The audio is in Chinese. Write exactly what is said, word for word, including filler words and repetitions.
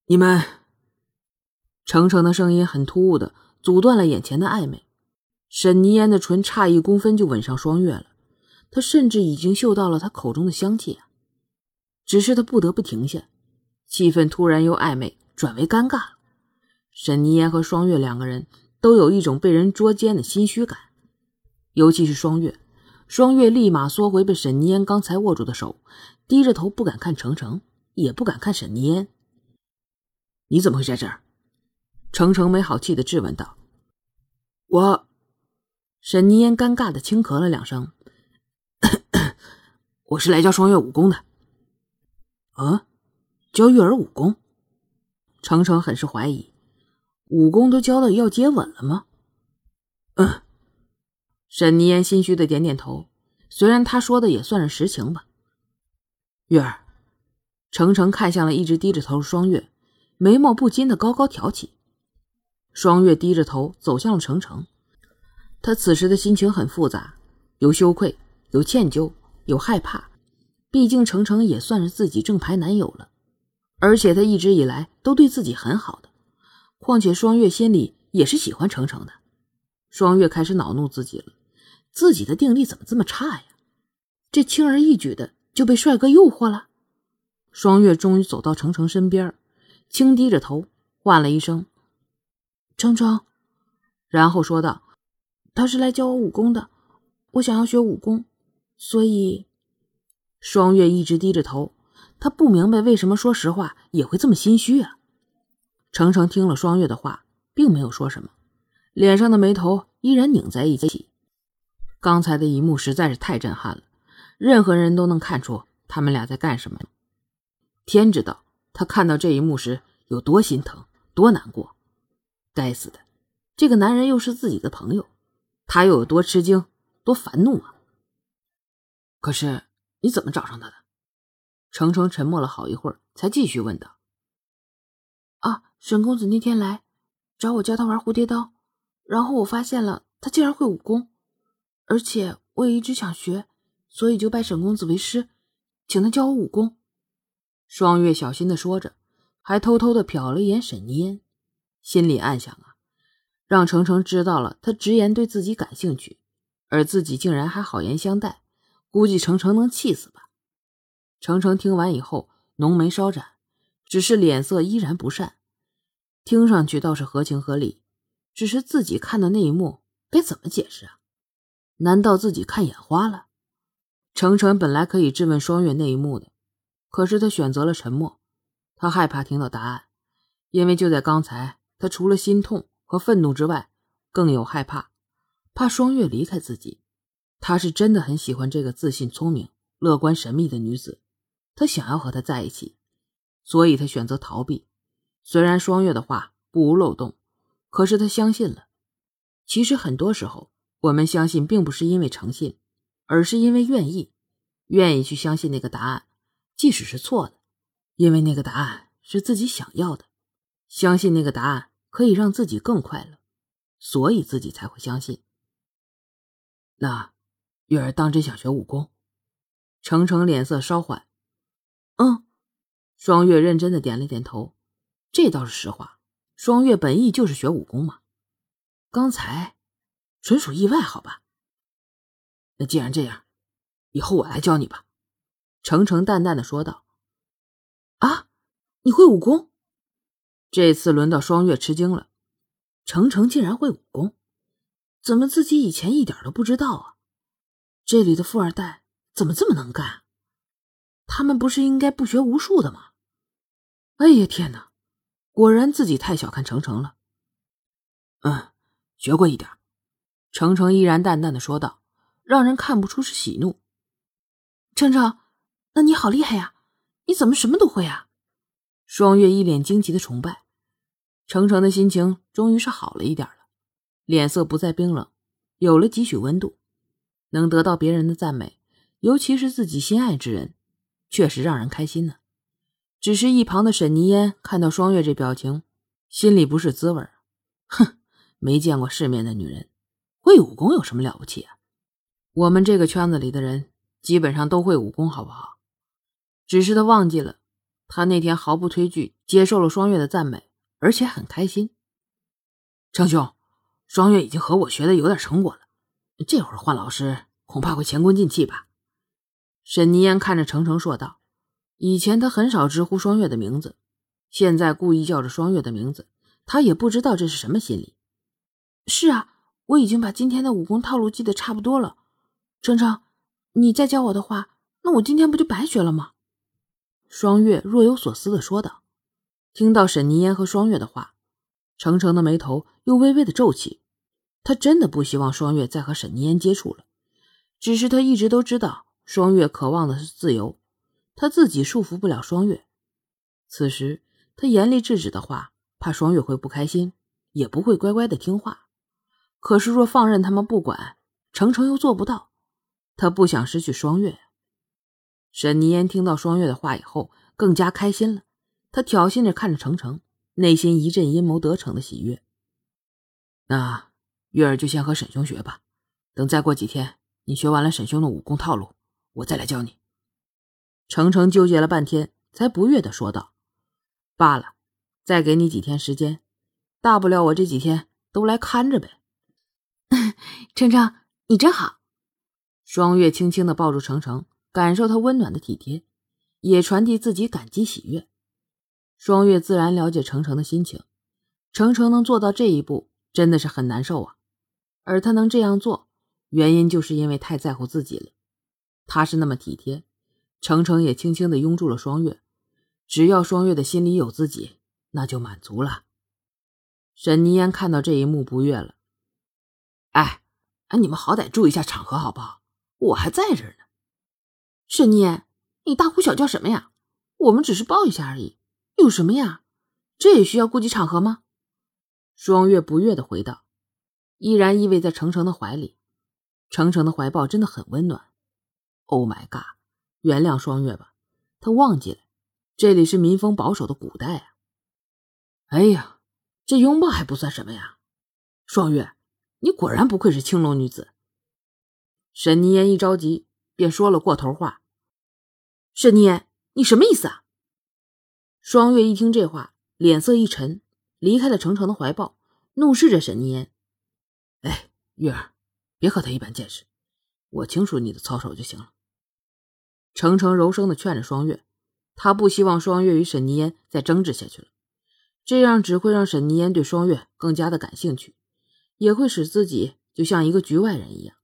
你们……程程的声音很突兀的阻断了眼前的暧昧。沈泥烟的唇差一公分就吻上双月了，他甚至已经嗅到了他口中的香气啊！只是他不得不停下，气氛突然由暧昧转为尴尬了。沈泥烟和双月两个人都有一种被人捉奸的心虚感，尤其是双月，双月立马缩回被沈泥烟刚才握住的手，低着头不敢看程程，也不敢看沈泥烟。你怎么会在这儿？程程没好气地质问道。我……沈泥烟尴尬地轻咳了两声。我是来教双月武功的。啊？教月儿武功？程程很是怀疑，武功都教到要接吻了吗？嗯。沈泥烟心虚的点点头，虽然他说的也算是实情吧。月儿，程程看向了一直低着头的双月，眉毛不禁的高高挑起。双月低着头走向了程程，他此时的心情很复杂，有羞愧，有歉疚，有害怕。毕竟程程也算是自己正牌男友了，而且他一直以来都对自己很好的，况且双月心里也是喜欢程程的。双月开始恼怒自己了，自己的定力怎么这么差呀？这轻而易举的就被帅哥诱惑了。双月终于走到程程身边，轻低着头唤了一声程程，然后说道，他是来教我武功的，我想要学武功，所以……双月一直低着头，他不明白为什么说实话也会这么心虚啊。程程听了双月的话，并没有说什么，脸上的眉头依然拧在一起。刚才的一幕实在是太震撼了，任何人都能看出他们俩在干什么。天知道他看到这一幕时有多心疼，多难过。该死的，这个男人又是自己的朋友，他又有多吃惊，多烦怒啊！可是你怎么找上他的？程程沉默了好一会儿，才继续问道。啊，沈公子那天来找我教他玩蝴蝶刀，然后我发现了他竟然会武功，而且我也一直想学，所以就拜沈公子为师，请他教我武功。双月小心地说着，还偷偷地瞟了一眼沈泥烟，心里暗想啊，让程程知道了他直言对自己感兴趣，而自己竟然还好言相待，估计程程能气死吧。程程听完以后浓眉稍展，只是脸色依然不善，听上去倒是合情合理，只是自己看的那一幕该怎么解释啊？难道自己看眼花了？程程本来可以质问双月那一幕的，可是他选择了沉默。他害怕听到答案，因为就在刚才，他除了心痛和愤怒之外，更有害怕，怕双月离开自己。他是真的很喜欢这个自信聪明、乐观神秘的女子，他想要和她在一起，所以他选择逃避。虽然双月的话不无漏洞，可是他相信了。其实很多时候，我们相信并不是因为诚信，而是因为愿意，愿意去相信那个答案，即使是错的，因为那个答案是自己想要的，相信那个答案可以让自己更快乐，所以自己才会相信。那月儿当真想学武功？程程脸色稍缓。嗯。双月认真的点了点头，这倒是实话，双月本意就是学武功嘛。刚才纯属意外，好吧。那既然这样，以后我来教你吧。程程淡淡的说道。啊，你会武功？这次轮到双月吃惊了，程程竟然会武功，怎么自己以前一点都不知道啊？这里的富二代怎么这么能干？他们不是应该不学无术的吗？哎呀天哪，果然自己太小看程程了。嗯，学过一点。程程依然淡淡的说道，让人看不出是喜怒。程程，那你好厉害呀，你怎么什么都会啊？双月一脸惊奇的崇拜。程程的心情终于是好了一点了，脸色不再冰冷，有了几许温度。能得到别人的赞美，尤其是自己心爱之人，确实让人开心呢。只是一旁的沈泥烟看到双月这表情，心里不是滋味。哼，没见过世面的女人，会武功有什么了不起啊？我们这个圈子里的人基本上都会武功，好不好？只是他忘记了， 他那天毫不推拒接受了双月的赞美，而且很开心。程兄，双月已经和我学的有点成果了，这会儿换老师恐怕会前功尽弃吧。沈泥烟看着程程说道，以前他很少直呼双月的名字，现在故意叫着双月的名字，他也不知道这是什么心理。是啊，我已经把今天的武功套路记得差不多了。程程，你再教我的话，那我今天不就白学了吗？双月若有所思地说道。听到沈泥烟和双月的话，程程的眉头又微微的皱起。他真的不希望双月再和沈泥烟接触了，只是他一直都知道双月渴望的是自由，他自己束缚不了双月。此时他严厉制止的话，怕双月会不开心，也不会乖乖的听话。可是若放任他们不管，程程又做不到，他不想失去双月。沈泥烟听到双月的话以后更加开心了，他挑衅着看着程程，内心一阵阴谋得逞的喜悦。那月儿就先和沈兄学吧，等再过几天你学完了沈兄的武功套路，我再来教你。程程纠结了半天才不悦地说道，罢了，再给你几天时间，大不了我这几天都来看着呗。程程，你真好。双月轻轻地抱住程程，感受他温暖的体贴，也传递自己感激喜悦。双月自然了解程程的心情，程程能做到这一步真的是很难受啊，而他能这样做，原因就是因为太在乎自己了。他是那么体贴，程程也轻轻地拥住了双月，只要双月的心里有自己，那就满足了。沈泥烟看到这一幕不悦了，哎，你们好歹注意一下场合好不好？我还在这儿呢。沈泥烟，你大呼小叫什么呀？我们只是抱一下而已，有什么呀？这也需要顾及场合吗？双月不悦地回道，依然依偎在程程的怀里。程程的怀抱真的很温暖。Oh my god， 原谅双月吧，他忘记了这里是民风保守的古代啊。哎呀，这拥抱还不算什么呀。双月，你果然不愧是青楼女子。沈泥烟一着急便说了过头话。沈泥烟，你什么意思啊？双月一听这话，脸色一沉，离开了程程的怀抱，怒视着沈泥烟。哎，月儿，别和他一般见识，我清楚你的操守就行了。程程柔声地劝着双月，他不希望双月与沈泥烟再争执下去了，这样只会让沈泥烟对双月更加的感兴趣，也会使自己就像一个局外人一样。